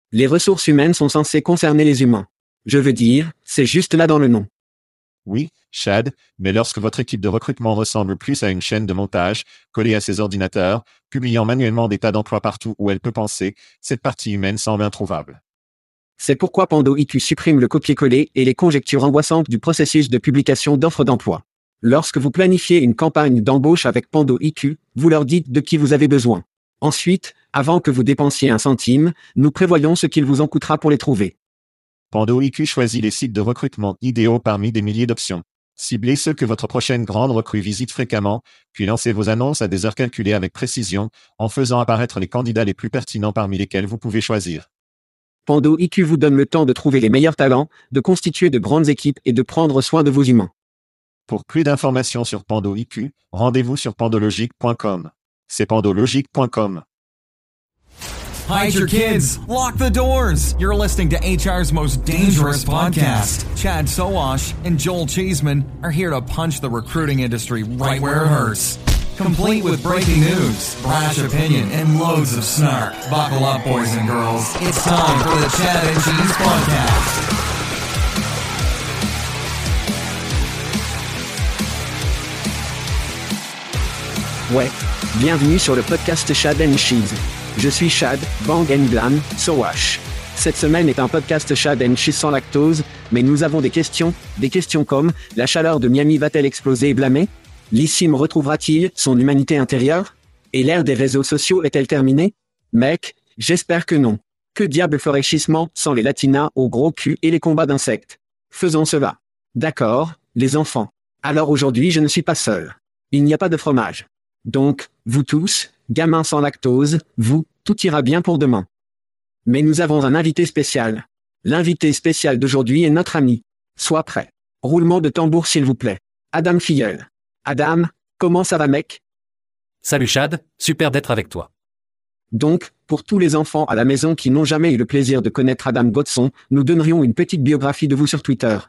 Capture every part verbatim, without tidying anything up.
Les ressources humaines sont censées concerner les humains. Je veux dire, c'est juste là dans le nom. Oui, Chad, mais lorsque votre équipe de recrutement ressemble plus à une chaîne de montage, collée à ses ordinateurs, publiant manuellement des tas d'emplois partout où elle peut penser, cette partie humaine semble introuvable. C'est pourquoi Pando I Q supprime le copier-coller et les conjectures angoissantes du processus de publication d'offres d'emploi. Lorsque vous planifiez une campagne d'embauche avec Pando I Q, vous leur dites de qui vous avez besoin. Ensuite, avant que vous dépensiez un centime, nous prévoyons ce qu'il vous en coûtera pour les trouver. Pando I Q choisit les sites de recrutement idéaux parmi des milliers d'options. Ciblez ceux que votre prochaine grande recrue visite fréquemment, puis lancez vos annonces à des heures calculées avec précision, en faisant apparaître les candidats les plus pertinents parmi lesquels vous pouvez choisir. Pando I Q vous donne le temps de trouver les meilleurs talents, de constituer de grandes équipes et de prendre soin de vos humains. Pour plus d'informations sur Pando I Q, rendez-vous sur pandologique point com. C'est pandologique point com. Hide your kids. Lock the doors. You're listening to H R's most dangerous podcast. Chad Sowash and Joel Cheeseman are here to punch the recruiting industry right where it hurts. Complete with breaking news, brash opinion, and loads of snark. Buckle up, boys and girls. It's time for the Chad and Cheese Podcast. Ouais. Bienvenue sur le podcast Chad and Cheese. Je suis Chad, Bang and Blam, Sowash. Cette semaine est un podcast Chad and Cheese sans lactose, mais nous avons des questions, des questions comme « La chaleur de Miami va-t-elle exploser et blâmer ?» L'Issim retrouvera-t-il son humanité intérieure? Et l'ère des réseaux sociaux est-elle terminée? Mec, j'espère que non. Que diable ferait Schisement sans les latinas au gros cul et les combats d'insectes? Faisons cela. D'accord, les enfants. Alors aujourd'hui je ne suis pas seul. Il n'y a pas de fromage. Donc, vous tous, gamins sans lactose, vous, tout ira bien pour demain. Mais nous avons un invité spécial. L'invité spécial d'aujourd'hui est notre ami. Sois prêt. Roulement de tambour s'il vous plaît. Adam Filleul. Adam, comment ça va mec? Salut Chad, super d'être avec toi. Donc, pour tous les enfants à la maison qui n'ont jamais eu le plaisir de connaître Adam Godson, nous donnerions une petite biographie de vous sur Twitter.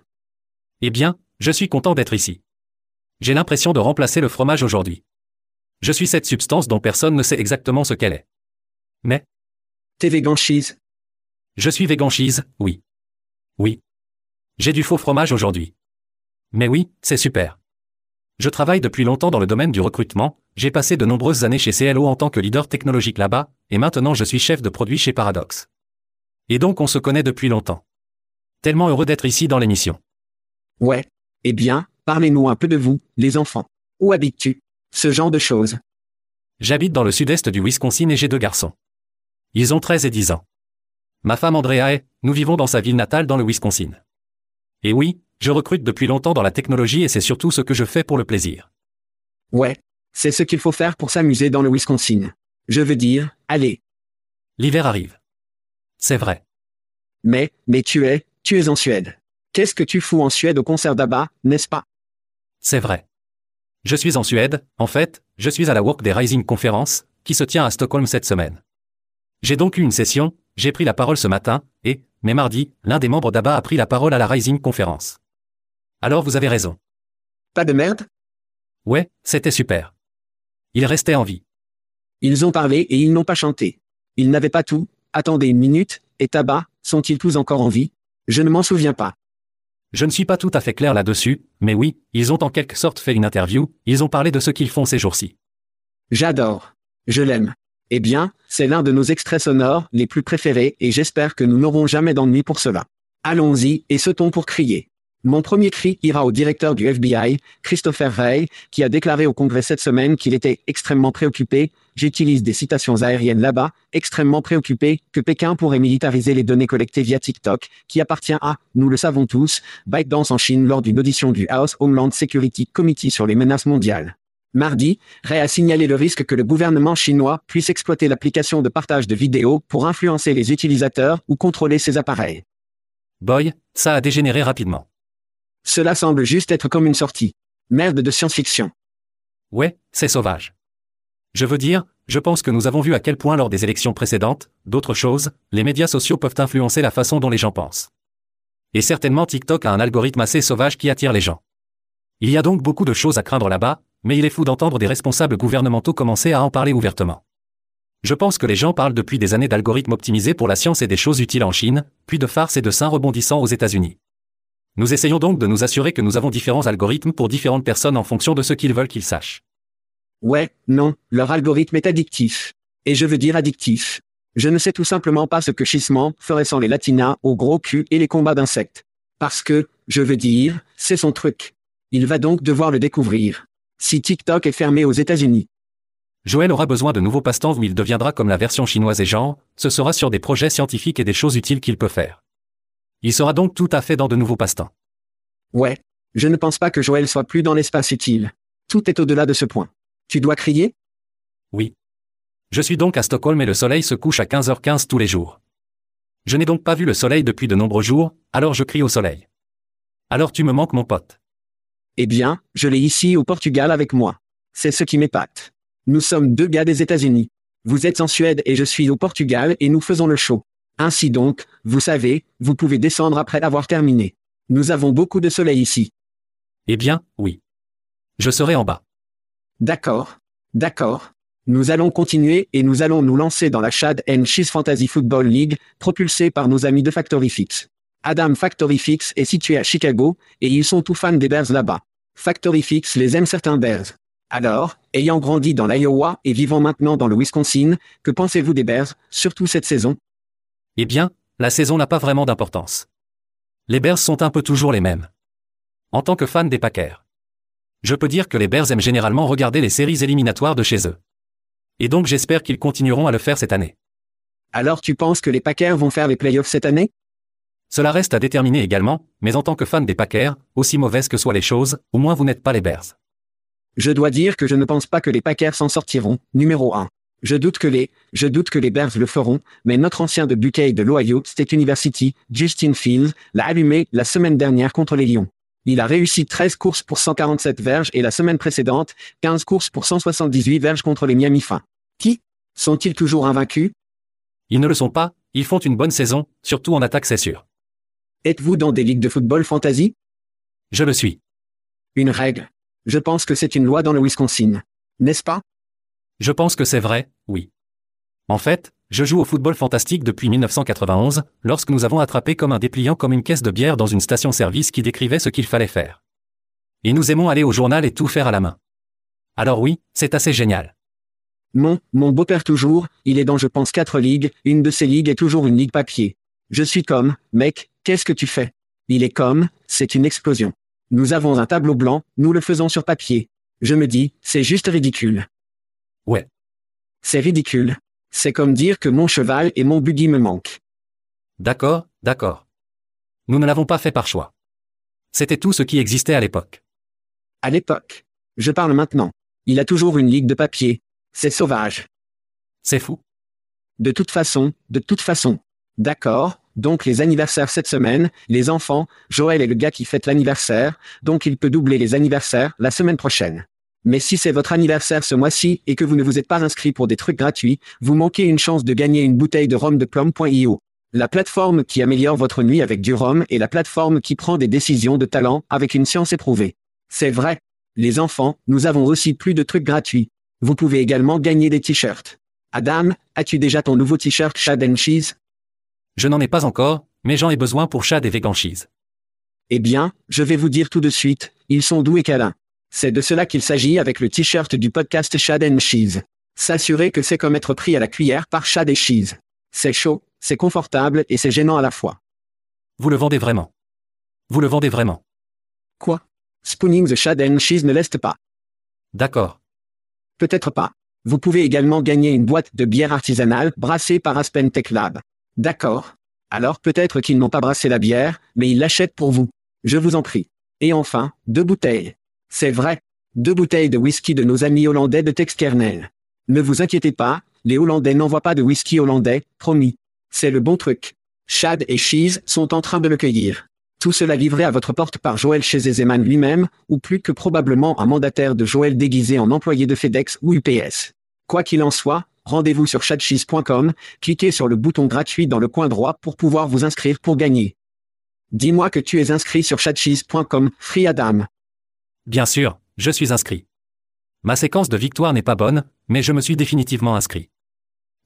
Eh bien, je suis content d'être ici. J'ai l'impression de remplacer le fromage aujourd'hui. Je suis cette substance dont personne ne sait exactement ce qu'elle est. Mais... T'es vegan cheese? Je suis vegan cheese, oui. Oui. J'ai du faux fromage aujourd'hui. Mais oui, c'est super. Je travaille depuis longtemps dans le domaine du recrutement, j'ai passé de nombreuses années chez C L O en tant que leader technologique là-bas, et maintenant je suis chef de produit chez Paradox. Et donc on se connaît depuis longtemps. Tellement heureux d'être ici dans l'émission. Ouais. Eh bien, parlez-nous un peu de vous, les enfants. Où habites-tu? Ce genre de choses. J'habite dans le sud-est du Wisconsin et j'ai deux garçons. Ils ont treize et dix ans. Ma femme Andrea et nous vivons dans sa ville natale dans le Wisconsin. Et oui, je recrute depuis longtemps dans la technologie et c'est surtout ce que je fais pour le plaisir. Ouais, c'est ce qu'il faut faire pour s'amuser dans le Wisconsin. Je veux dire, allez. L'hiver arrive. C'est vrai. Mais, mais tu es, tu es en Suède. Qu'est-ce que tu fous en Suède au concert d'Abba, n'est-ce pas? C'est vrai. Je suis en Suède, en fait, je suis à la Workday Rising Conference, qui se tient à Stockholm cette semaine. J'ai donc eu une session, j'ai pris la parole ce matin, et, mais mardi, l'un des membres d'Abba a pris la parole à la Rising Conference. Alors vous avez raison. Pas de merde? Ouais, c'était super. Il restait en vie. Ils ont parlé et ils n'ont pas chanté. Ils n'avaient pas tout, attendez une minute, et Abba, sont-ils tous encore en vie? Je ne m'en souviens pas. Je ne suis pas tout à fait clair là-dessus, mais oui, ils ont en quelque sorte fait une interview, ils ont parlé de ce qu'ils font ces jours-ci. J'adore. Je l'aime. Eh bien, c'est l'un de nos extraits sonores les plus préférés et j'espère que nous n'aurons jamais d'ennui pour cela. Allons-y et sautons pour crier. Mon premier cri ira au directeur du F B I, Christopher Wray, qui a déclaré au Congrès cette semaine qu'il était extrêmement préoccupé, j'utilise des citations aériennes là-bas, extrêmement préoccupé, que Pékin pourrait militariser les données collectées via TikTok, qui appartient à, nous le savons tous, ByteDance en Chine lors d'une audition du House Homeland Security Committee sur les menaces mondiales. Mardi, Wray a signalé le risque que le gouvernement chinois puisse exploiter l'application de partage de vidéos pour influencer les utilisateurs ou contrôler ces appareils. Boy, ça a dégénéré rapidement. Cela semble juste être comme une sortie. Merde de science-fiction. Ouais, c'est sauvage. Je veux dire, je pense que nous avons vu à quel point lors des élections précédentes, d'autres choses, les médias sociaux peuvent influencer la façon dont les gens pensent. Et certainement TikTok a un algorithme assez sauvage qui attire les gens. Il y a donc beaucoup de choses à craindre là-bas, mais il est fou d'entendre des responsables gouvernementaux commencer à en parler ouvertement. Je pense que les gens parlent depuis des années d'algorithmes optimisés pour la science et des choses utiles en Chine, puis de farces et de seins rebondissants aux États-Unis. Nous essayons donc de nous assurer que nous avons différents algorithmes pour différentes personnes en fonction de ce qu'ils veulent qu'ils sachent. Ouais, non, leur algorithme est addictif. Et je veux dire addictif. Je ne sais tout simplement pas ce que Schisman ferait sans les latinas au gros cul et les combats d'insectes. Parce que, je veux dire, c'est son truc. Il va donc devoir le découvrir. Si TikTok est fermé aux États-Unis. Joël aura besoin de nouveaux passe-temps où il deviendra comme la version chinoise et genre, ce sera sur des projets scientifiques et des choses utiles qu'il peut faire. Il sera donc tout à fait dans de nouveaux passe-temps. Ouais. Je ne pense pas que Joël soit plus dans l'espace utile. Tout est au-delà de ce point. Tu dois crier? Oui. Je suis donc à Stockholm et le soleil se couche à quinze heures quinze tous les jours. Je n'ai donc pas vu le soleil depuis de nombreux jours, alors je crie au soleil. Alors tu me manques mon pote. Eh bien, je l'ai ici au Portugal avec moi. C'est ce qui m'épate. Nous sommes deux gars des États-Unis. Vous êtes en Suède et je suis au Portugal et nous faisons le show. Ainsi donc, vous savez, vous pouvez descendre après avoir terminé. Nous avons beaucoup de soleil ici. Eh bien, oui. Je serai en bas. D'accord. D'accord. Nous allons continuer et nous allons nous lancer dans la Chad and Cheese Fantasy Football League, propulsée par nos amis de Factory Fix. Adam Factory Fix est situé à Chicago, et ils sont tout fans des Bears là-bas. Factory Fix les aime certains Bears. Alors, ayant grandi dans l'Iowa et vivant maintenant dans le Wisconsin, que pensez-vous des Bears, surtout cette saison? Eh bien, la saison n'a pas vraiment d'importance. Les Bears sont un peu toujours les mêmes. En tant que fan des Packers, je peux dire que les Bears aiment généralement regarder les séries éliminatoires de chez eux. Et donc j'espère qu'ils continueront à le faire cette année. Alors tu penses que les Packers vont faire les playoffs cette année? Cela reste à déterminer également, mais en tant que fan des Packers, aussi mauvaises que soient les choses, au moins vous n'êtes pas les Bears. Je dois dire que je ne pense pas que les Packers s'en sortiront, numéro un. Je doute que les, je doute que les Bears le feront, mais notre ancien de Buckeye de l'Ohio State University, Justin Fields, l'a allumé la semaine dernière contre les Lions. Il a réussi treize courses pour cent quarante-sept verges et la semaine précédente, quinze courses pour cent soixante-dix-huit verges contre les Miami Fins. Qui? Sont-ils toujours invaincus? Ils ne le sont pas, ils font une bonne saison, surtout en attaque c'est sûr. Êtes-vous dans des ligues de football fantasy? Je le suis. Une règle. Je pense que c'est une loi dans le Wisconsin. N'est-ce pas? Je pense que c'est vrai, oui. En fait, je joue au football fantastique depuis mille neuf cent quatre-vingt-onze, lorsque nous avons attrapé comme un dépliant comme une caisse de bière dans une station-service qui décrivait ce qu'il fallait faire. Et nous aimons aller au journal et tout faire à la main. Alors oui, c'est assez génial. Mon, mon beau-père toujours, il est dans je pense quatre ligues, une de ces ligues est toujours une ligue papier. Je suis comme, mec, qu'est-ce que tu fais? Il est comme, c'est une explosion. Nous avons un tableau blanc, nous le faisons sur papier. Je me dis, c'est juste ridicule. Ouais. C'est ridicule. C'est comme dire que mon cheval et mon buggy me manquent. D'accord, d'accord. Nous ne l'avons pas fait par choix. C'était tout ce qui existait à l'époque. À l'époque. Je parle maintenant. Il a toujours une ligue de papier. C'est sauvage. C'est fou. De toute façon, de toute façon. D'accord, donc les anniversaires cette semaine, les enfants, Joël est le gars qui fête l'anniversaire, donc il peut doubler les anniversaires la semaine prochaine. Mais si c'est votre anniversaire ce mois-ci et que vous ne vous êtes pas inscrit pour des trucs gratuits, vous manquez une chance de gagner une bouteille de rhum de plum point i o. La plateforme qui améliore votre nuit avec du rhum et la plateforme qui prend des décisions de talent avec une science éprouvée. C'est vrai. Les enfants, nous avons aussi plus de trucs gratuits. Vous pouvez également gagner des t-shirts. Adam, as-tu déjà ton nouveau t-shirt Chad and Cheese? Je n'en ai pas encore, mais j'en ai besoin pour Chad et Vegan Cheese. Eh bien, je vais vous dire tout de suite, ils sont doux et câlins. C'est de cela qu'il s'agit avec le t-shirt du podcast Chad and Cheese. S'assurer que c'est comme être pris à la cuillère par Chad et Cheese. C'est chaud, c'est confortable et c'est gênant à la fois. Vous le vendez vraiment. Vous le vendez vraiment. Quoi? Spooning the Chad and Cheese ne l'est pas. D'accord. Peut-être pas. Vous pouvez également gagner une boîte de bière artisanale brassée par Aspen Tech Lab. D'accord. Alors peut-être qu'ils n'ont pas brassé la bière, mais ils l'achètent pour vous. Je vous en prie. Et enfin, deux bouteilles. C'est vrai. Deux bouteilles de whisky de nos amis hollandais de Texkernel. Ne vous inquiétez pas, les Hollandais n'envoient pas de whisky hollandais, promis. C'est le bon truc. Chad et Cheese sont en train de le cueillir. Tout cela livré à votre porte par Joël chez Zeman lui-même, ou plus que probablement un mandataire de Joël déguisé en employé de FedEx ou U P S. Quoi qu'il en soit, rendez-vous sur chad cheese point com, cliquez sur le bouton gratuit dans le coin droit pour pouvoir vous inscrire pour gagner. Dis-moi que tu es inscrit sur chad cheese point com, Free Adam. Bien sûr, je suis inscrit. Ma séquence de victoire n'est pas bonne, mais je me suis définitivement inscrit.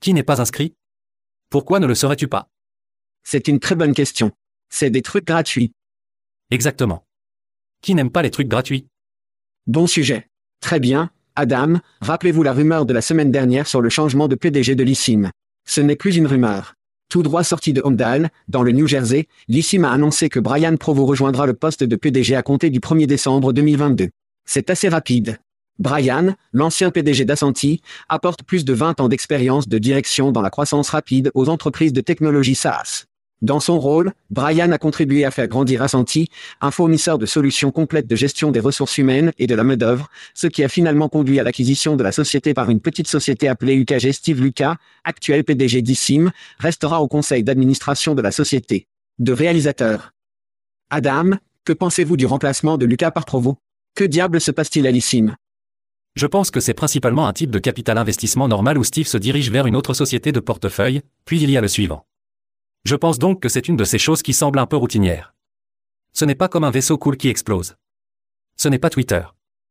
Qui n'est pas inscrit? Pourquoi ne le serais-tu pas? C'est une très bonne question. C'est des trucs gratuits. Exactement. Qui n'aime pas les trucs gratuits? Bon sujet. Très bien, Adam, rappelez-vous la rumeur de la semaine dernière sur le changement de P D G de l'Issim. Ce n'est plus une rumeur. Tout droit sorti de Holmdel, dans le New Jersey, l'Issim a annoncé que Brian Provo rejoindra le poste de P D G à compter du premier décembre deux mille vingt-deux. C'est assez rapide. Brian, l'ancien P D G d'Ascenty, apporte plus de vingt ans d'expérience de direction dans la croissance rapide aux entreprises de technologie SaaS. Dans son rôle, Brian a contribué à faire grandir Ascenty, un fournisseur de solutions complètes de gestion des ressources humaines et de la main-d'œuvre, ce qui a finalement conduit à l'acquisition de la société par une petite société appelée U K G. Steve Lucas, actuel P D G d'Issim, restera au conseil d'administration de la société. De réalisateur. Adam, que pensez-vous du remplacement de Lucas par Provo? Que diable se passe-t-il à l'Issim? Je pense que c'est principalement un type de capital investissement normal où Steve se dirige vers une autre société de portefeuille, puis il y a le suivant. Je pense donc que c'est une de ces choses qui semblent un peu routinières. Ce n'est pas comme un vaisseau cool qui explose. Ce n'est pas Twitter.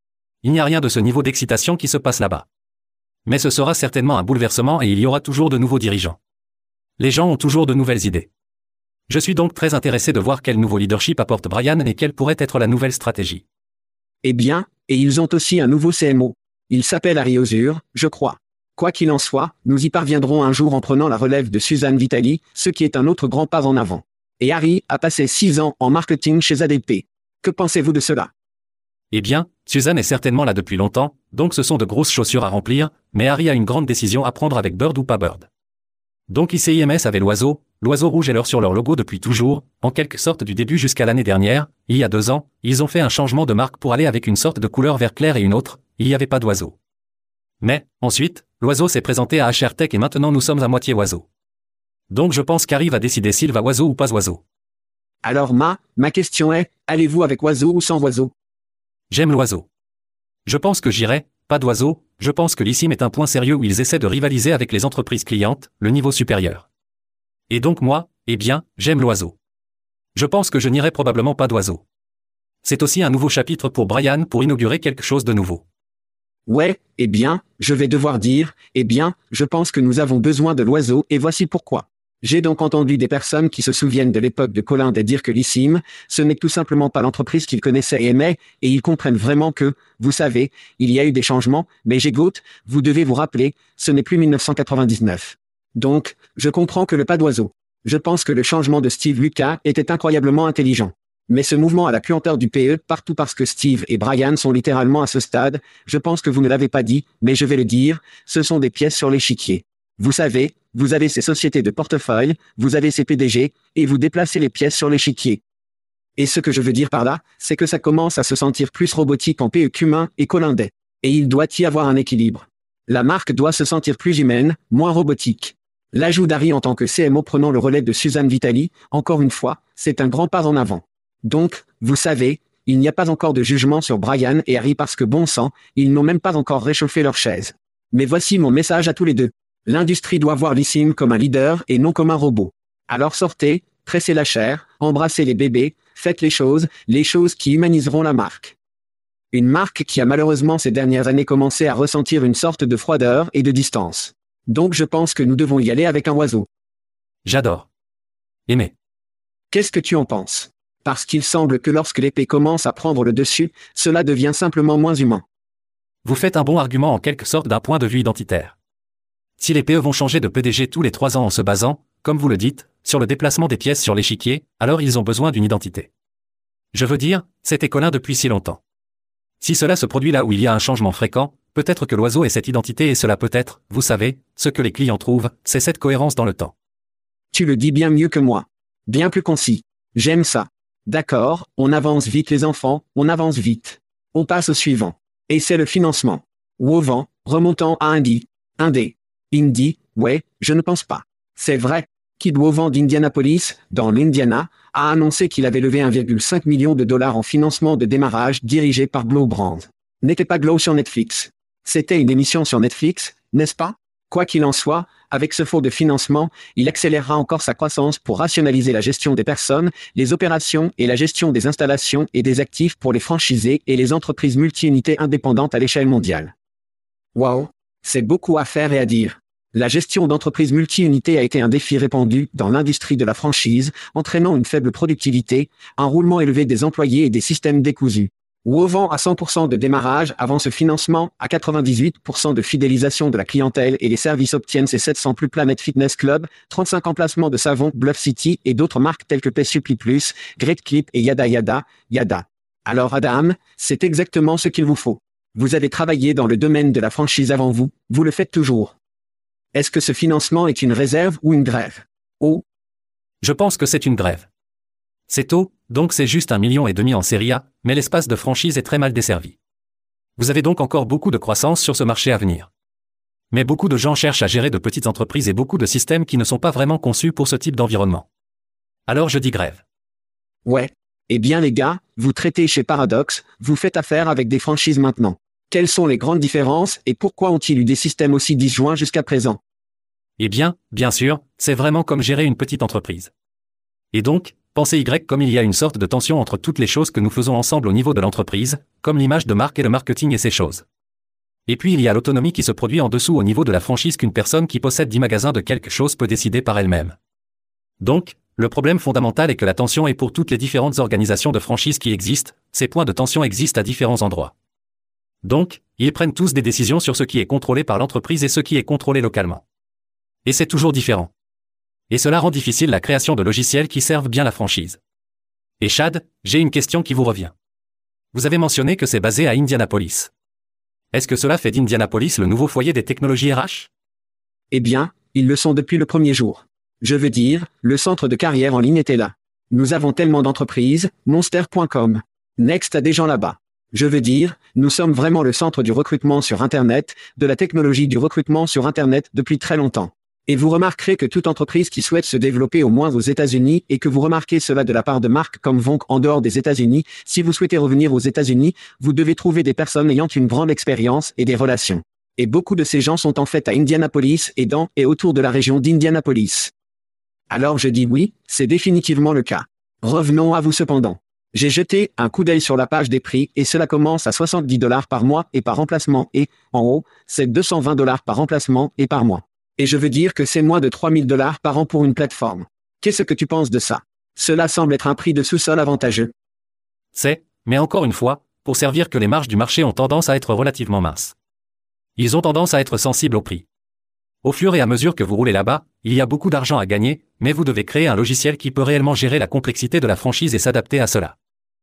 Il n'y a rien de ce niveau d'excitation qui se passe là-bas. Mais ce sera certainement un bouleversement et il y aura toujours de nouveaux dirigeants. Les gens ont toujours de nouvelles idées. Je suis donc très intéressé de voir quel nouveau leadership apporte Brian et quelle pourrait être la nouvelle stratégie. Eh bien, et ils ont aussi un nouveau C M O. Il s'appelle Harry Ozur, je crois. Quoi qu'il en soit, nous y parviendrons un jour en prenant la relève de Suzanne Vitali, ce qui est un autre grand pas en avant. Et Harry a passé six ans en marketing chez A D P. Que pensez-vous de cela? Eh bien, Suzanne est certainement là depuis longtemps, donc ce sont de grosses chaussures à remplir, mais Harry a une grande décision à prendre avec Bird ou pas Bird. Donc I C I M S avait l'oiseau, l'oiseau rouge est leur sur leur logo depuis toujours, en quelque sorte du début jusqu'à l'année dernière, il y a deux ans, ils ont fait un changement de marque pour aller avec une sorte de couleur vert clair et une autre, il n'y avait pas d'oiseau. Mais, ensuite, l'oiseau s'est présenté à H R Tech et maintenant nous sommes à moitié oiseau. Donc je pense qu'Harry va décider s'il va oiseau ou pas oiseau. Alors ma, ma question est, allez-vous avec oiseau ou sans oiseau? J'aime l'oiseau. Je pense que j'irai, pas d'oiseau, je pense que l'Issim est un point sérieux où ils essaient de rivaliser avec les entreprises clientes, le niveau supérieur. Et donc moi, eh bien, j'aime l'oiseau. Je pense que je n'irai probablement pas d'oiseau. C'est aussi un nouveau chapitre pour Brian pour inaugurer quelque chose de nouveau. Ouais, eh bien, je vais devoir dire, eh bien, je pense que nous avons besoin de l'oiseau et voici pourquoi. J'ai donc entendu des personnes qui se souviennent de l'époque de Colin et dire que l'Issim, ce n'est tout simplement pas l'entreprise qu'ils connaissaient et aimaient, et ils comprennent vraiment que, vous savez, il y a eu des changements, mais Gégout, vous devez vous rappeler, ce n'est plus mille neuf cent quatre-vingt-dix-neuf. Donc, je comprends que le pas d'oiseau. Je pense que le changement de Steve Lucas était incroyablement intelligent. Mais ce mouvement a la puanteur du P E partout parce que Steve et Brian sont littéralement à ce stade, je pense que vous ne l'avez pas dit, mais je vais le dire, ce sont des pièces sur l'échiquier. Vous savez, vous avez ces sociétés de portefeuille, vous avez ces P D G, et vous déplacez les pièces sur l'échiquier. Et ce que je veux dire par là, c'est que ça commence à se sentir plus robotique en P E qu'humain et qu'hollandais. Et il doit y avoir un équilibre. La marque doit se sentir plus humaine, moins robotique. L'ajout d'Harry en tant que C M O prenant le relais de Suzanne Vitali, encore une fois, c'est un grand pas en avant. Donc, vous savez, il n'y a pas encore de jugement sur Brian et Harry parce que bon sang, ils n'ont même pas encore réchauffé leur chaise. Mais voici mon message à tous les deux. L'industrie doit voir l'Issim comme un leader et non comme un robot. Alors sortez, tressez la chair, embrassez les bébés, faites les choses, les choses qui humaniseront la marque. Une marque qui a malheureusement ces dernières années commencé à ressentir une sorte de froideur et de distance. Donc je pense que nous devons y aller avec un oiseau. J'adore. Aimer. Qu'est-ce que tu en penses? Parce qu'il semble que lorsque l'épée commence à prendre le dessus, cela devient simplement moins humain. Vous faites un bon argument en quelque sorte d'un point de vue identitaire. Si les P E vont changer de P D G tous les trois ans en se basant, comme vous le dites, sur le déplacement des pièces sur l'échiquier, alors ils ont besoin d'une identité. Je veux dire, c'était Colin depuis si longtemps. Si cela se produit là où il y a un changement fréquent, peut-être que l'oiseau ait cette identité et cela peut être, vous savez, ce que les clients trouvent, c'est cette cohérence dans le temps. Tu le dis bien mieux que moi. Bien plus concis. J'aime ça. D'accord, on avance vite les enfants, on avance vite. On passe au suivant. Et c'est le financement. Wovan, remontant à Indy. Indé. Indy, ouais, je ne pense pas. C'est vrai. Kid Wovan d'Indianapolis, dans l'Indiana, a annoncé qu'il avait levé un virgule cinq million de dollars en financement de démarrage dirigé par Glow Brand. N'était pas Glow sur Netflix. C'était une émission sur Netflix, n'est-ce pas? Quoi qu'il en soit, avec ce fonds de financement, il accélérera encore sa croissance pour rationaliser la gestion des personnes, les opérations et la gestion des installations et des actifs pour les franchisés et les entreprises multi-unités indépendantes à l'échelle mondiale. Wow! C'est beaucoup à faire et à dire. La gestion d'entreprises multi-unités a été un défi répandu dans l'industrie de la franchise, entraînant une faible productivité, un roulement élevé des employés et des systèmes décousus. Wow vend à cent pour cent de démarrage avant ce financement, à quatre-vingt-dix-huit pour cent de fidélisation de la clientèle et les services obtiennent ses sept cents plus Planet Fitness Club, trente-cinq emplacements de savon Bluff City et d'autres marques telles que P-Supply Plus, Great Clip et yada yada, yada. Alors Adam, c'est exactement ce qu'il vous faut. Vous avez travaillé dans le domaine de la franchise avant vous, vous le faites toujours. Est-ce que ce financement est une réserve ou une grève? Oh. Je pense que c'est une grève. C'est tôt, donc c'est juste un million et demi en série A, mais l'espace de franchise est très mal desservi. Vous avez donc encore beaucoup de croissance sur ce marché à venir. Mais beaucoup de gens cherchent à gérer de petites entreprises et beaucoup de systèmes qui ne sont pas vraiment conçus pour ce type d'environnement. Alors je dis grève. Ouais. Eh bien les gars, vous traitez chez Paradox, vous faites affaire avec des franchises maintenant. Quelles sont les grandes différences et pourquoi ont-ils eu des systèmes aussi disjoints jusqu'à présent? Eh bien, bien sûr, c'est vraiment comme gérer une petite entreprise. Et donc, pensez Y comme il y a une sorte de tension entre toutes les choses que nous faisons ensemble au niveau de l'entreprise, comme l'image de marque et le marketing et ces choses. Et puis il y a l'autonomie qui se produit en dessous au niveau de la franchise qu'une personne qui possède dix magasins de quelque chose peut décider par elle-même. Donc, le problème fondamental est que la tension est pour toutes les différentes organisations de franchise qui existent, ces points de tension existent à différents endroits. Donc, ils prennent tous des décisions sur ce qui est contrôlé par l'entreprise et ce qui est contrôlé localement. Et c'est toujours différent. Et cela rend difficile la création de logiciels qui servent bien la franchise. Et Chad, j'ai une question qui vous revient. Vous avez mentionné que c'est basé à Indianapolis. Est-ce que cela fait d'Indianapolis le nouveau foyer des technologies R H? Eh bien, ils le sont depuis le premier jour. Je veux dire, le centre de carrière en ligne était là. Nous avons tellement d'entreprises, monster point com. Next a des gens là-bas. Je veux dire, nous sommes vraiment le centre du recrutement sur Internet, de la technologie du recrutement sur Internet depuis très longtemps. Et vous remarquerez que toute entreprise qui souhaite se développer au moins aux États-Unis et que vous remarquez cela de la part de marques comme Vonk en dehors des États-Unis, si vous souhaitez revenir aux États-Unis, vous devez trouver des personnes ayant une grande expérience et des relations. Et beaucoup de ces gens sont en fait à Indianapolis et dans et autour de la région d'Indianapolis. Alors je dis oui, c'est définitivement le cas. Revenons à vous cependant. J'ai jeté un coup d'œil sur la page des prix et cela commence à soixante-dix dollars par mois et par remplacement et, en haut, c'est deux cent vingt dollars par remplacement et par mois. Et je veux dire que c'est moins de trois mille dollars par an pour une plateforme. Qu'est-ce que tu penses de ça? Cela semble être un prix de sous-sol avantageux. C'est, mais encore une fois, pour servir que les marges du marché ont tendance à être relativement minces. Ils ont tendance à être sensibles au prix. Au fur et à mesure que vous roulez là-bas, il y a beaucoup d'argent à gagner, mais vous devez créer un logiciel qui peut réellement gérer la complexité de la franchise et s'adapter à cela.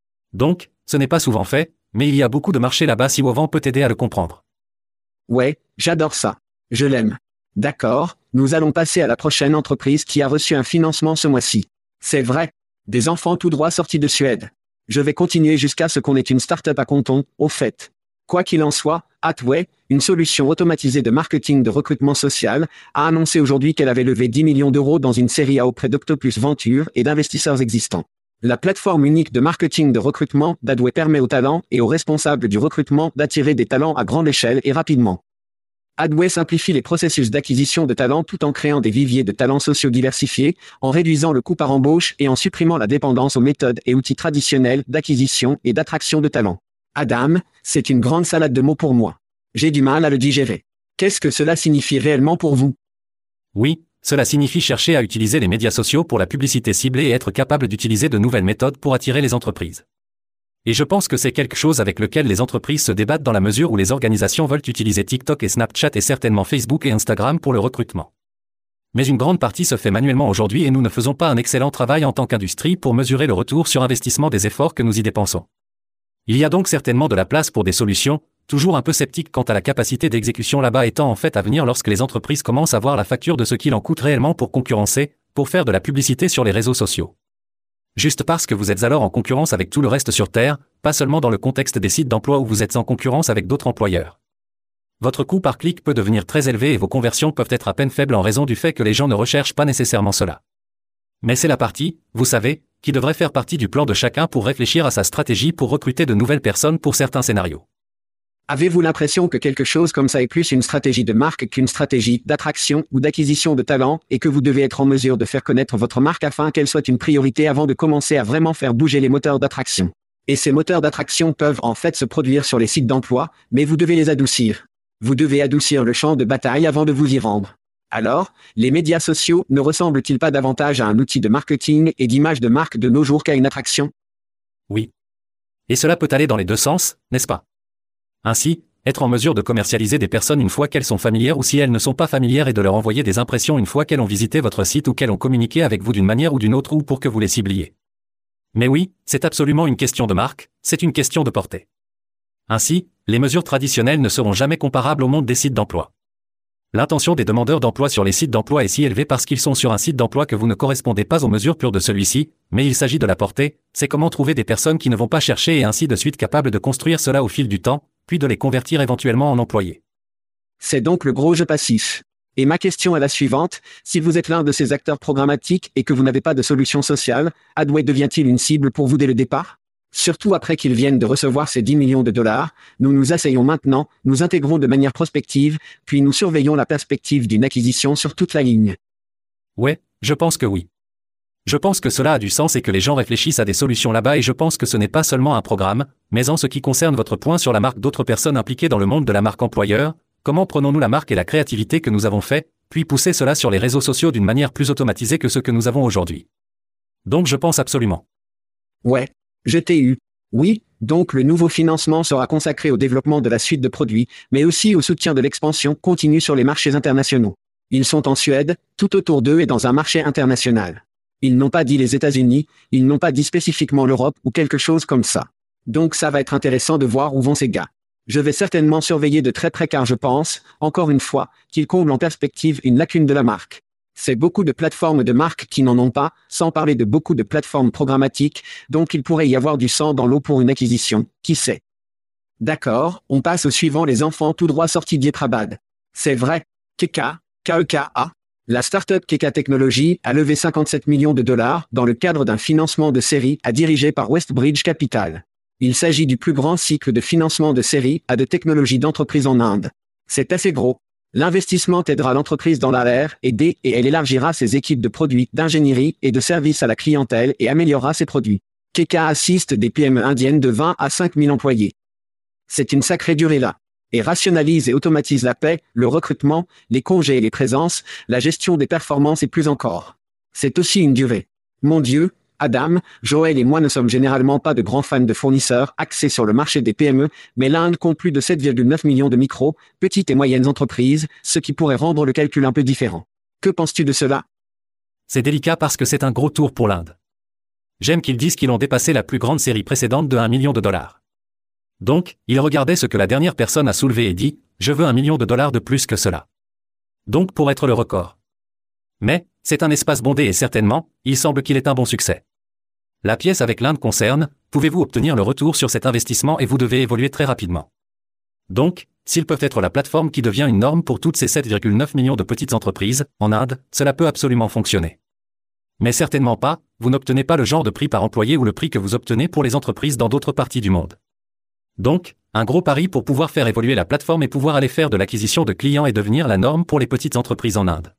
Donc, ce n'est pas souvent fait, mais il y a beaucoup de marché là-bas si Wovan peut t'aider à le comprendre. Ouais, j'adore ça. Je l'aime. D'accord, nous allons passer à la prochaine entreprise qui a reçu un financement ce mois-ci. C'est vrai. Des enfants tout droit sortis de Suède. Je vais continuer jusqu'à ce qu'on ait une start-up à Canton, au fait. Quoi qu'il en soit, Hathaway, une solution automatisée de marketing de recrutement social, a annoncé aujourd'hui qu'elle avait levé dix millions d'euros dans une série A auprès d'Octopus Venture et d'investisseurs existants. La plateforme unique de marketing de recrutement d'Hathaway permet aux talents et aux responsables du recrutement d'attirer des talents à grande échelle et rapidement. Hathaway simplifie les processus d'acquisition de talents tout en créant des viviers de talents sociaux diversifiés, en réduisant le coût par embauche et en supprimant la dépendance aux méthodes et outils traditionnels d'acquisition et d'attraction de talents. Adam, c'est une grande salade de mots pour moi. J'ai du mal à le digérer. Qu'est-ce que cela signifie réellement pour vous? Oui, cela signifie chercher à utiliser les médias sociaux pour la publicité ciblée et être capable d'utiliser de nouvelles méthodes pour attirer les entreprises. Et je pense que c'est quelque chose avec lequel les entreprises se débattent dans la mesure où les organisations veulent utiliser TikTok et Snapchat et certainement Facebook et Instagram pour le recrutement. Mais une grande partie se fait manuellement aujourd'hui et nous ne faisons pas un excellent travail en tant qu'industrie pour mesurer le retour sur investissement des efforts que nous y dépensons. Il y a donc certainement de la place pour des solutions, toujours un peu sceptique quant à la capacité d'exécution là-bas étant en fait à venir lorsque les entreprises commencent à voir la facture de ce qu'il en coûte réellement pour concurrencer, pour faire de la publicité sur les réseaux sociaux. Juste parce que vous êtes alors en concurrence avec tout le reste sur Terre, pas seulement dans le contexte des sites d'emploi où vous êtes en concurrence avec d'autres employeurs. Votre coût par clic peut devenir très élevé et vos conversions peuvent être à peine faibles en raison du fait que les gens ne recherchent pas nécessairement cela. Mais c'est la partie, vous savez, qui devrait faire partie du plan de chacun pour réfléchir à sa stratégie pour recruter de nouvelles personnes pour certains scénarios. Avez-vous l'impression que quelque chose comme ça est plus une stratégie de marque qu'une stratégie d'attraction ou d'acquisition de talent et que vous devez être en mesure de faire connaître votre marque afin qu'elle soit une priorité avant de commencer à vraiment faire bouger les moteurs d'attraction? Et ces moteurs d'attraction peuvent en fait se produire sur les sites d'emploi, mais vous devez les adoucir. Vous devez adoucir le champ de bataille avant de vous y rendre. Alors, les médias sociaux ne ressemblent-ils pas davantage à un outil de marketing et d'image de marque de nos jours qu'à une attraction? Oui. Et cela peut aller dans les deux sens, n'est-ce pas? Ainsi, être en mesure de commercialiser des personnes une fois qu'elles sont familières ou si elles ne sont pas familières et de leur envoyer des impressions une fois qu'elles ont visité votre site ou qu'elles ont communiqué avec vous d'une manière ou d'une autre ou pour que vous les cibliez. Mais oui, c'est absolument une question de marque, c'est une question de portée. Ainsi, les mesures traditionnelles ne seront jamais comparables au monde des sites d'emploi. L'intention des demandeurs d'emploi sur les sites d'emploi est si élevée parce qu'ils sont sur un site d'emploi que vous ne correspondez pas aux mesures pures de celui-ci, mais il s'agit de la portée, c'est comment trouver des personnes qui ne vont pas chercher et ainsi de suite capables de construire cela au fil du temps, puis de les convertir éventuellement en employés. C'est donc le gros jeu passif. Et ma question est la suivante, si vous êtes l'un de ces acteurs programmatiques et que vous n'avez pas de solution sociale, Adway devient-il une cible pour vous dès le départ? Surtout après qu'ils viennent de recevoir ces dix millions de dollars, nous nous asseyons maintenant, nous intégrons de manière prospective, puis nous surveillons la perspective d'une acquisition sur toute la ligne. Ouais, je pense que oui. Je pense que cela a du sens et que les gens réfléchissent à des solutions là-bas et je pense que ce n'est pas seulement un programme, mais en ce qui concerne votre point sur la marque d'autres personnes impliquées dans le monde de la marque employeur, comment prenons-nous la marque et la créativité que nous avons fait, puis pousser cela sur les réseaux sociaux d'une manière plus automatisée que ce que nous avons aujourd'hui. Donc je pense absolument. Ouais. Je t'ai eu. Oui, donc le nouveau financement sera consacré au développement de la suite de produits, mais aussi au soutien de l'expansion continue sur les marchés internationaux. Ils sont en Suède, tout autour d'eux et dans un marché international. Ils n'ont pas dit les États-Unis, ils n'ont pas dit spécifiquement l'Europe ou quelque chose comme ça. Donc ça va être intéressant de voir où vont ces gars. Je vais certainement surveiller de très près car je pense, encore une fois, qu'ils comblent en perspective une lacune de la marque. C'est beaucoup de plateformes de marques qui n'en ont pas, sans parler de beaucoup de plateformes programmatiques, donc il pourrait y avoir du sang dans l'eau pour une acquisition, qui sait. D'accord, on passe au suivant les enfants tout droit sortis d'Hyderabad. C'est vrai, Keka, K E K A, la start-up Keka Technologies a levé cinquante-sept millions de dollars dans le cadre d'un financement de série A dirigé par Westbridge Capital. Il s'agit du plus grand cycle de financement de série A de technologie d'entreprise en Inde. C'est assez gros. L'investissement aidera l'entreprise dans la R et D et elle élargira ses équipes de produits, d'ingénierie et de services à la clientèle et améliorera ses produits. Keka assiste des P M E indiennes de vingt à cinq mille employés. C'est une sacrée durée là. Et rationalise et automatise la paie, le recrutement, les congés et les présences, la gestion des performances et plus encore. C'est aussi une durée. Mon Dieu, Adam, Joël et moi ne sommes généralement pas de grands fans de fournisseurs axés sur le marché des P M E, mais l'Inde compte plus de sept virgule neuf millions de micro, petites et moyennes entreprises, ce qui pourrait rendre le calcul un peu différent. Que penses-tu de cela? C'est délicat parce que c'est un gros tour pour l'Inde. J'aime qu'ils disent qu'ils ont dépassé la plus grande série précédente de un million de dollars. Donc, ils regardaient ce que la dernière personne a soulevé et dit, je veux un million de dollars de plus que cela. Donc pour être le record. Mais, c'est un espace bondé et certainement, il semble qu'il est un bon succès. La pièce avec l'Inde concerne, pouvez-vous obtenir le retour sur cet investissement et vous devez évoluer très rapidement. Donc, s'ils peuvent être la plateforme qui devient une norme pour toutes ces sept virgule neuf millions de petites entreprises, en Inde, cela peut absolument fonctionner. Mais certainement pas, vous n'obtenez pas le genre de prix par employé ou le prix que vous obtenez pour les entreprises dans d'autres parties du monde. Donc, un gros pari pour pouvoir faire évoluer la plateforme et pouvoir aller faire de l'acquisition de clients et devenir la norme pour les petites entreprises en Inde.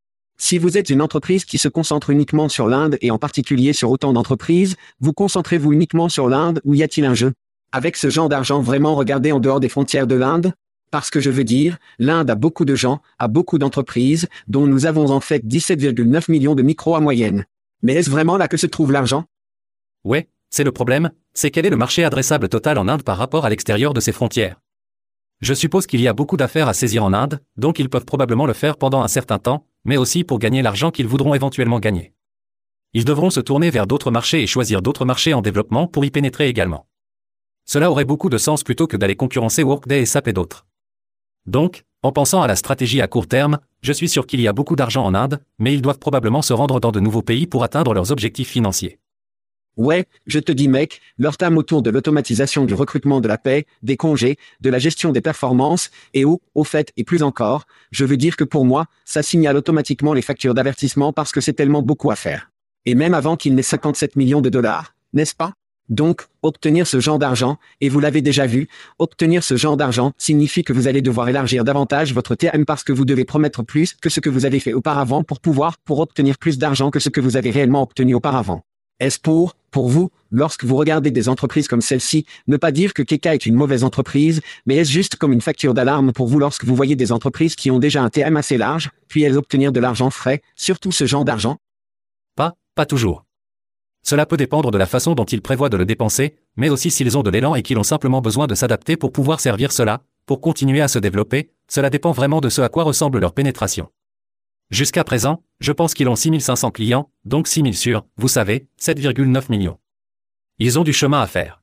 Si vous êtes une entreprise qui se concentre uniquement sur l'Inde et en particulier sur autant d'entreprises, vous concentrez-vous uniquement sur l'Inde ou y a-t-il un jeu? Avec ce genre d'argent vraiment regardé en dehors des frontières de l'Inde? Parce que je veux dire, l'Inde a beaucoup de gens, a beaucoup d'entreprises, dont nous avons en fait dix-sept virgule neuf millions de micros à moyenne. Mais est-ce vraiment là que se trouve l'argent? Ouais, c'est le problème, c'est quel est le marché adressable total en Inde par rapport à l'extérieur de ses frontières. Je suppose qu'il y a beaucoup d'affaires à saisir en Inde, donc ils peuvent probablement le faire pendant un certain temps, mais aussi pour gagner l'argent qu'ils voudront éventuellement gagner. Ils devront se tourner vers d'autres marchés et choisir d'autres marchés en développement pour y pénétrer également. Cela aurait beaucoup de sens plutôt que d'aller concurrencer Workday et S A P et d'autres. Donc, en pensant à la stratégie à court terme, je suis sûr qu'il y a beaucoup d'argent en Inde, mais ils doivent probablement se rendre dans de nouveaux pays pour atteindre leurs objectifs financiers. Ouais, je te dis mec, leur tame autour de l'automatisation du recrutement de la paie, des congés, de la gestion des performances, et au, au fait, et plus encore, je veux dire que pour moi, ça signale automatiquement les factures d'avertissement parce que c'est tellement beaucoup à faire. Et même avant qu'ils n'aient cinquante-sept millions de dollars, n'est-ce pas? Donc, obtenir ce genre d'argent, et vous l'avez déjà vu, obtenir ce genre d'argent signifie que vous allez devoir élargir davantage votre T M parce que vous devez promettre plus que ce que vous avez fait auparavant pour pouvoir, pour obtenir plus d'argent que ce que vous avez réellement obtenu auparavant. Est-ce pour, Pour vous, lorsque vous regardez des entreprises comme celle-ci, ne pas dire que Keka est une mauvaise entreprise, mais est-ce juste comme une facture d'alarme pour vous lorsque vous voyez des entreprises qui ont déjà un T M assez large, puis elles obtenir de l'argent frais, surtout ce genre d'argent? Pas, pas toujours. Cela peut dépendre de la façon dont ils prévoient de le dépenser, mais aussi s'ils ont de l'élan et qu'ils ont simplement besoin de s'adapter pour pouvoir servir cela, pour continuer à se développer, cela dépend vraiment de ce à quoi ressemble leur pénétration. Jusqu'à présent, je pense qu'ils ont six mille cinq cents clients, donc six mille sur, vous savez, sept virgule neuf millions. Ils ont du chemin à faire.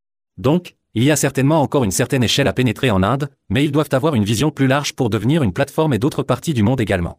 Donc, il y a certainement encore une certaine échelle à pénétrer en Inde, mais ils doivent avoir une vision plus large pour devenir une plateforme et d'autres parties du monde également.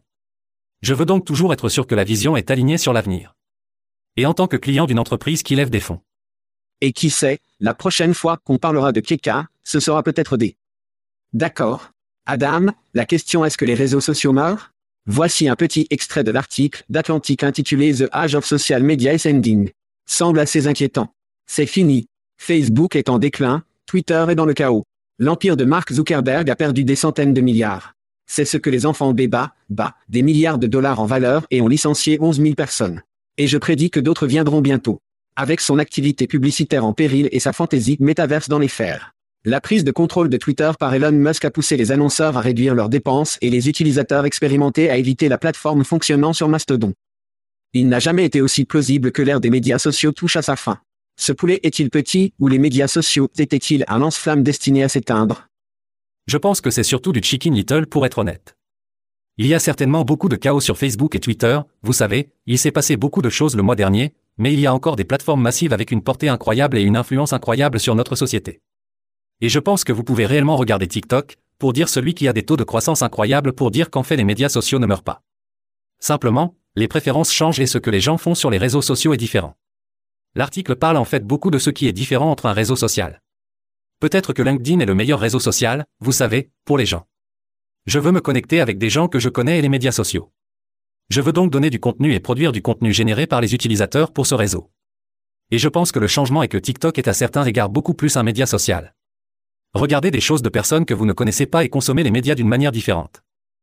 Je veux donc toujours être sûr que la vision est alignée sur l'avenir. Et en tant que client d'une entreprise qui lève des fonds. Et qui sait, la prochaine fois qu'on parlera de Keka, ce sera peut-être des... D'accord. Adam, la question est-ce que les réseaux sociaux meurent? Voici un petit extrait de l'article d'Atlantic intitulé The Age of Social Media is Ending. Semble assez inquiétant. C'est fini. Facebook est en déclin, Twitter est dans le chaos. L'empire de Mark Zuckerberg a perdu des centaines de milliards. C'est ce que les enfants béba, bah, des milliards de dollars en valeur et ont licencié onze mille personnes. Et je prédis que d'autres viendront bientôt. Avec son activité publicitaire en péril et sa fantaisie métaverse dans les fers. La prise de contrôle de Twitter par Elon Musk a poussé les annonceurs à réduire leurs dépenses et les utilisateurs expérimentés à éviter la plateforme fonctionnant sur Mastodon. Il n'a jamais été aussi plausible que l'ère des médias sociaux touche à sa fin. Ce poulet est-il petit, ou les médias sociaux étaient-ils un lance-flamme destiné à s'éteindre? Je pense que c'est surtout du Chicken Little pour être honnête. Il y a certainement beaucoup de chaos sur Facebook et Twitter, vous savez, il s'est passé beaucoup de choses le mois dernier, mais il y a encore des plateformes massives avec une portée incroyable et une influence incroyable sur notre société. Et je pense que vous pouvez réellement regarder TikTok, pour dire celui qui a des taux de croissance incroyables pour dire qu'en fait les médias sociaux ne meurent pas. Simplement, les préférences changent et ce que les gens font sur les réseaux sociaux est différent. L'article parle en fait beaucoup de ce qui est différent entre un réseau social. Peut-être que LinkedIn est le meilleur réseau social, vous savez, pour les gens. Je veux me connecter avec des gens que je connais et les médias sociaux. Je veux donc donner du contenu et produire du contenu généré par les utilisateurs pour ce réseau. Et je pense que le changement est que TikTok est à certains égards beaucoup plus un média social. Regardez des choses de personnes que vous ne connaissez pas et consommez les médias d'une manière différente.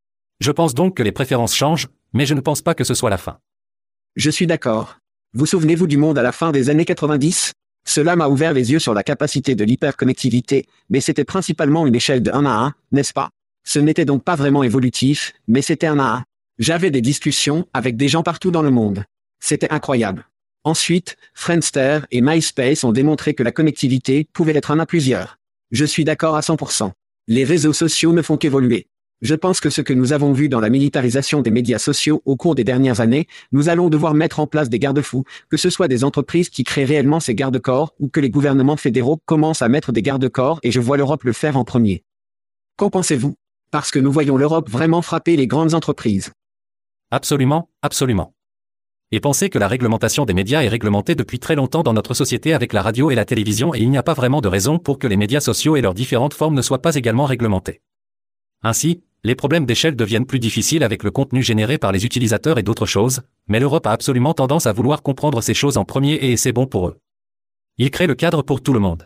Je pense donc que les préférences changent, mais je ne pense pas que ce soit la fin. Je suis d'accord. Vous souvenez-vous du monde à la fin des années quatre-vingt-dix? Cela m'a ouvert les yeux sur la capacité de l'hyperconnectivité, mais c'était principalement une échelle de un à un, n'est-ce pas? Ce n'était donc pas vraiment évolutif, mais c'était un à un. J'avais des discussions avec des gens partout dans le monde. C'était incroyable. Ensuite, Friendster et MySpace ont démontré que la connectivité pouvait être un à plusieurs. Je suis d'accord à cent pour cent. Les réseaux sociaux ne font qu'évoluer. Je pense que ce que nous avons vu dans la militarisation des médias sociaux au cours des dernières années, nous allons devoir mettre en place des garde-fous, que ce soit des entreprises qui créent réellement ces garde-corps ou que les gouvernements fédéraux commencent à mettre des garde-corps et je vois l'Europe le faire en premier. Qu'en pensez-vous? Parce que nous voyons l'Europe vraiment frapper les grandes entreprises. Absolument, absolument. Et pensez que la réglementation des médias est réglementée depuis très longtemps dans notre société avec la radio et la télévision et il n'y a pas vraiment de raison pour que les médias sociaux et leurs différentes formes ne soient pas également réglementés. Ainsi, les problèmes d'échelle deviennent plus difficiles avec le contenu généré par les utilisateurs et d'autres choses, mais l'Europe a absolument tendance à vouloir comprendre ces choses en premier et c'est bon pour eux. Ils créent le cadre pour tout le monde.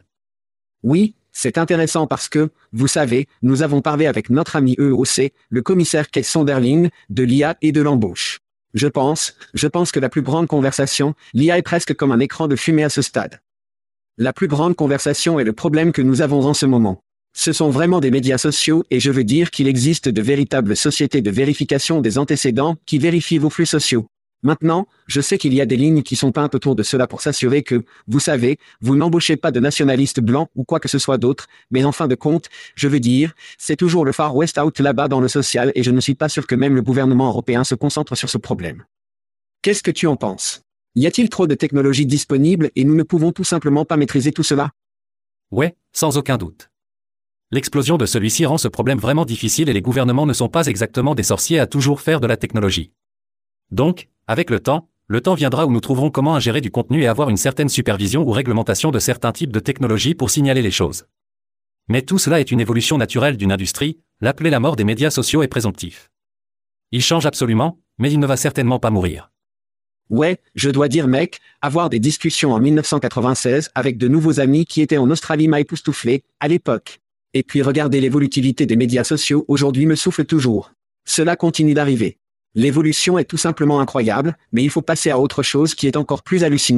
Oui, c'est intéressant parce que, vous savez, nous avons parlé avec notre ami E O C, le commissaire Kees Sonderling, de l'I A et de l'embauche. Je pense, je pense que la plus grande conversation, l'I A est presque comme un écran de fumée à ce stade. La plus grande conversation est le problème que nous avons en ce moment. Ce sont vraiment des médias sociaux et je veux dire qu'il existe de véritables sociétés de vérification des antécédents qui vérifient vos flux sociaux. Maintenant, je sais qu'il y a des lignes qui sont peintes autour de cela pour s'assurer que, vous savez, vous n'embauchez pas de nationalistes blancs ou quoi que ce soit d'autre, mais en fin de compte, je veux dire, c'est toujours le Far West out là-bas dans le social et je ne suis pas sûr que même le gouvernement européen se concentre sur ce problème. Qu'est-ce que tu en penses? Y a-t-il trop de technologies disponibles et nous ne pouvons tout simplement pas maîtriser tout cela? Ouais, sans aucun doute. L'explosion de celui-ci rend ce problème vraiment difficile et les gouvernements ne sont pas exactement des sorciers à toujours faire de la technologie. Donc, avec le temps, le temps viendra où nous trouverons comment ingérer du contenu et avoir une certaine supervision ou réglementation de certains types de technologies pour signaler les choses. Mais tout cela est une évolution naturelle d'une industrie, l'appeler la mort des médias sociaux est présomptif. Il change absolument, mais il ne va certainement pas mourir. Ouais, je dois dire mec, avoir des discussions en mille neuf cent quatre-vingt-seize avec de nouveaux amis qui étaient en Australie m'a époustouflé, à l'époque. Et puis regarder l'évolutivité des médias sociaux aujourd'hui me souffle toujours. Cela continue d'arriver. L'évolution est tout simplement incroyable, mais il faut passer à autre chose qui est encore plus hallucinant.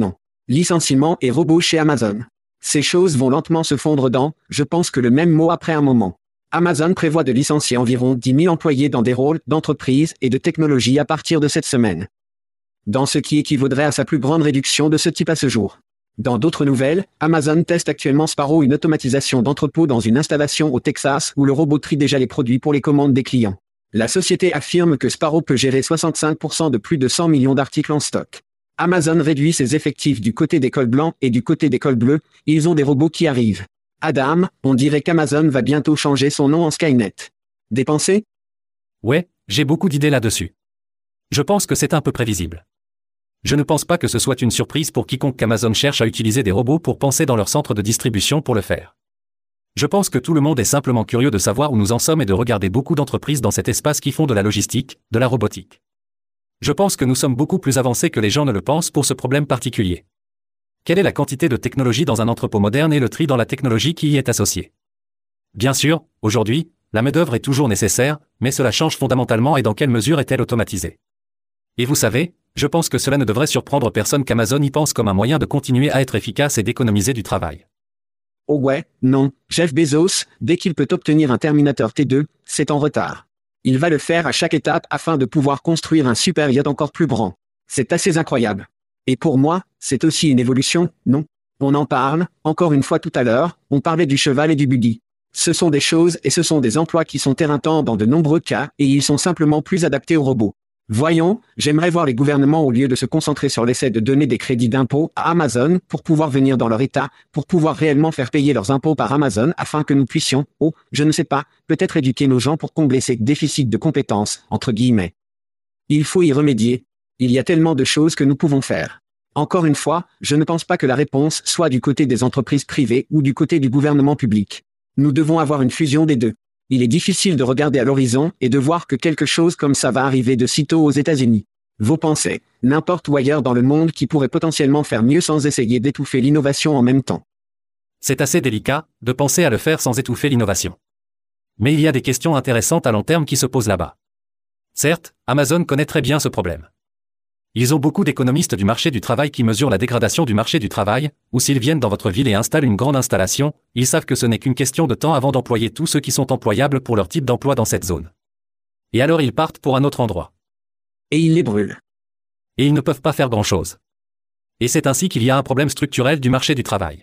Licenciements et robots chez Amazon. Ces choses vont lentement se fondre dans, je pense que le même mot après un moment. Amazon prévoit de licencier environ dix mille employés dans des rôles d'entreprise et de technologie à partir de cette semaine. Dans ce qui équivaudrait à sa plus grande réduction de ce type à ce jour. Dans d'autres nouvelles, Amazon teste actuellement Sparrow, une automatisation d'entrepôt dans une installation au Texas où le robot trie déjà les produits pour les commandes des clients. La société affirme que Sparrow peut gérer soixante-cinq pour cent de plus de cent millions d'articles en stock. Amazon réduit ses effectifs du côté des cols blancs et du côté des cols bleus, ils ont des robots qui arrivent. Adam, on dirait qu'Amazon va bientôt changer son nom en Skynet. Des pensées ? Ouais, j'ai beaucoup d'idées là-dessus. Je pense que c'est un peu prévisible. Je ne pense pas que ce soit une surprise pour quiconque qu'Amazon cherche à utiliser des robots pour penser dans leur centre de distribution pour le faire. Je pense que tout le monde est simplement curieux de savoir où nous en sommes et de regarder beaucoup d'entreprises dans cet espace qui font de la logistique, de la robotique. Je pense que nous sommes beaucoup plus avancés que les gens ne le pensent pour ce problème particulier. Quelle est la quantité de technologie dans un entrepôt moderne et le tri dans la technologie qui y est associée ? Bien sûr, aujourd'hui, la main-d'œuvre est toujours nécessaire, mais cela change fondamentalement et dans quelle mesure est-elle automatisée ? Et vous savez, je pense que cela ne devrait surprendre personne qu'Amazon y pense comme un moyen de continuer à être efficace et d'économiser du travail. Oh ouais, non, Jeff Bezos, dès qu'il peut obtenir un Terminator T deux, c'est en retard. Il va le faire à chaque étape afin de pouvoir construire un super yacht encore plus grand. C'est assez incroyable. Et pour moi, c'est aussi une évolution, non ? On en parle, encore une fois tout à l'heure, on parlait du cheval et du buggy. Ce sont des choses et ce sont des emplois qui sont éreintants dans de nombreux cas et ils sont simplement plus adaptés aux robots. Voyons, j'aimerais voir les gouvernements au lieu de se concentrer sur l'essai de donner des crédits d'impôt à Amazon pour pouvoir venir dans leur État, pour pouvoir réellement faire payer leurs impôts par Amazon afin que nous puissions, oh, je ne sais pas, peut-être éduquer nos gens pour combler ces déficits de compétences, entre guillemets. Il faut y remédier. Il y a tellement de choses que nous pouvons faire. Encore une fois, je ne pense pas que la réponse soit du côté des entreprises privées ou du côté du gouvernement public. Nous devons avoir une fusion des deux. Il est difficile de regarder à l'horizon et de voir que quelque chose comme ça va arriver de sitôt aux États-Unis. Vos pensées, n'importe où ailleurs dans le monde qui pourrait potentiellement faire mieux sans essayer d'étouffer l'innovation en même temps. C'est assez délicat de penser à le faire sans étouffer l'innovation. Mais il y a des questions intéressantes à long terme qui se posent là-bas. Certes, Amazon connaît très bien ce problème. Ils ont beaucoup d'économistes du marché du travail qui mesurent la dégradation du marché du travail, ou s'ils viennent dans votre ville et installent une grande installation, ils savent que ce n'est qu'une question de temps avant d'employer tous ceux qui sont employables pour leur type d'emploi dans cette zone. Et alors ils partent pour un autre endroit. Et ils les brûlent. Et ils ne peuvent pas faire grand-chose. Et c'est ainsi qu'il y a un problème structurel du marché du travail.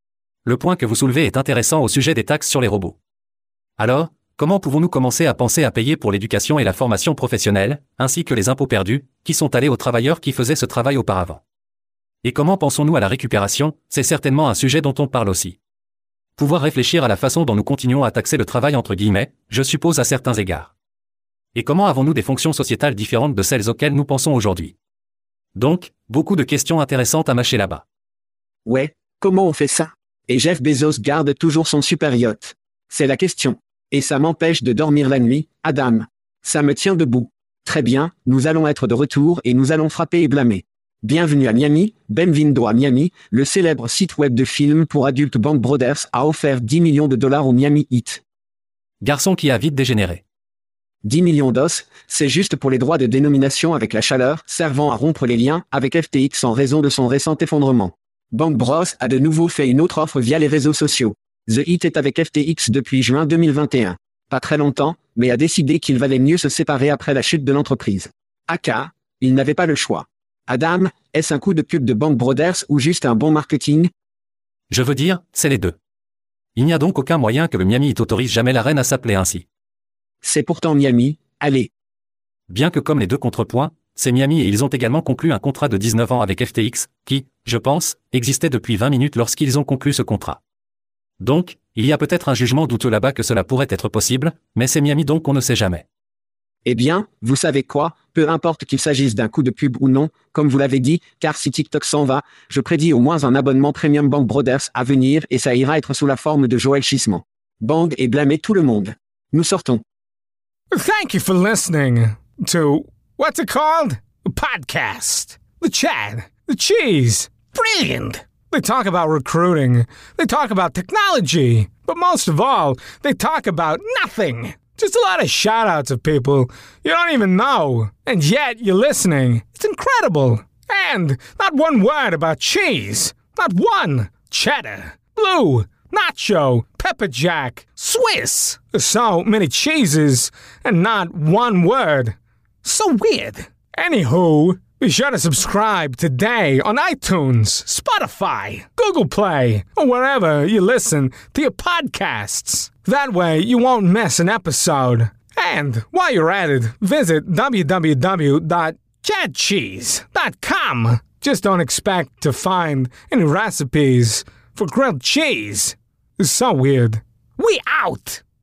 Le point que vous soulevez est intéressant au sujet des taxes sur les robots. Alors, comment pouvons-nous commencer à penser à payer pour l'éducation et la formation professionnelle, ainsi que les impôts perdus, qui sont allés aux travailleurs qui faisaient ce travail auparavant? Et comment pensons-nous à la récupération? C'est certainement un sujet dont on parle aussi. Pouvoir réfléchir à la façon dont nous continuons à taxer le travail entre guillemets, je suppose à certains égards. Et comment avons-nous des fonctions sociétales différentes de celles auxquelles nous pensons aujourd'hui? Donc, beaucoup de questions intéressantes à mâcher là-bas. Ouais, comment on fait ça? Et Jeff Bezos garde toujours son super yacht? C'est la question. Et ça m'empêche de dormir la nuit, Adam. Ça me tient debout. Très bien, nous allons être de retour et nous allons frapper et blâmer. Bienvenue à Miami, Benvindo à Miami, le célèbre site web de films pour adultes Band Brothers a offert dix millions de dollars au Miami Heat. Garçon qui a vite dégénéré. dix millions d'os, c'est juste pour les droits de dénomination avec la chaleur, servant à rompre les liens avec F T X en raison de son récent effondrement. Band Bros a de nouveau fait une autre offre via les réseaux sociaux. The Heat est avec F T X depuis juin deux mille vingt et un. Pas très longtemps, mais a décidé qu'il valait mieux se séparer après la chute de l'entreprise. Aka, il n'avait pas le choix. Adam, est-ce un coup de pub de Band Brothers ou juste un bon marketing? Je veux dire, c'est les deux. Il n'y a donc aucun moyen que le Miami Heat autorise jamais la reine à s'appeler ainsi. C'est pourtant Miami, allez. Bien que comme les deux contrepoints, c'est Miami et ils ont également conclu un contrat de dix-neuf ans avec F T X, qui, je pense, existait depuis vingt minutes lorsqu'ils ont conclu ce contrat. Donc, il y a peut-être un jugement douteux là-bas que cela pourrait être possible, mais c'est Miami donc on ne sait jamais. Eh bien, vous savez quoi, peu importe qu'il s'agisse d'un coup de pub ou non, comme vous l'avez dit, car si TikTok s'en va, je prédis au moins un abonnement Premium Bang Brothers à venir et ça ira être sous la forme de Joël Chissement. Bang et blâmer tout le monde. Nous sortons. Thank you for listening to, what's it called? A podcast. The Chad. The Cheese. Brilliant. They talk about recruiting. They talk about technology. But most of all, they talk about nothing. Just a lot of shout-outs of people you don't even know. And yet, you're listening. It's incredible. And not one word about cheese. Not one. Cheddar, blue, nacho, pepper jack, Swiss. So many cheeses and not one word. So weird. Anywho, be sure to subscribe today on iTunes, Spotify, Google Play, or wherever you listen to your podcasts. That way you won't miss an episode. And while you're at it, visit w w w dot chad cheese dot com. Just don't expect to find any recipes for grilled cheese. It's so weird. We out!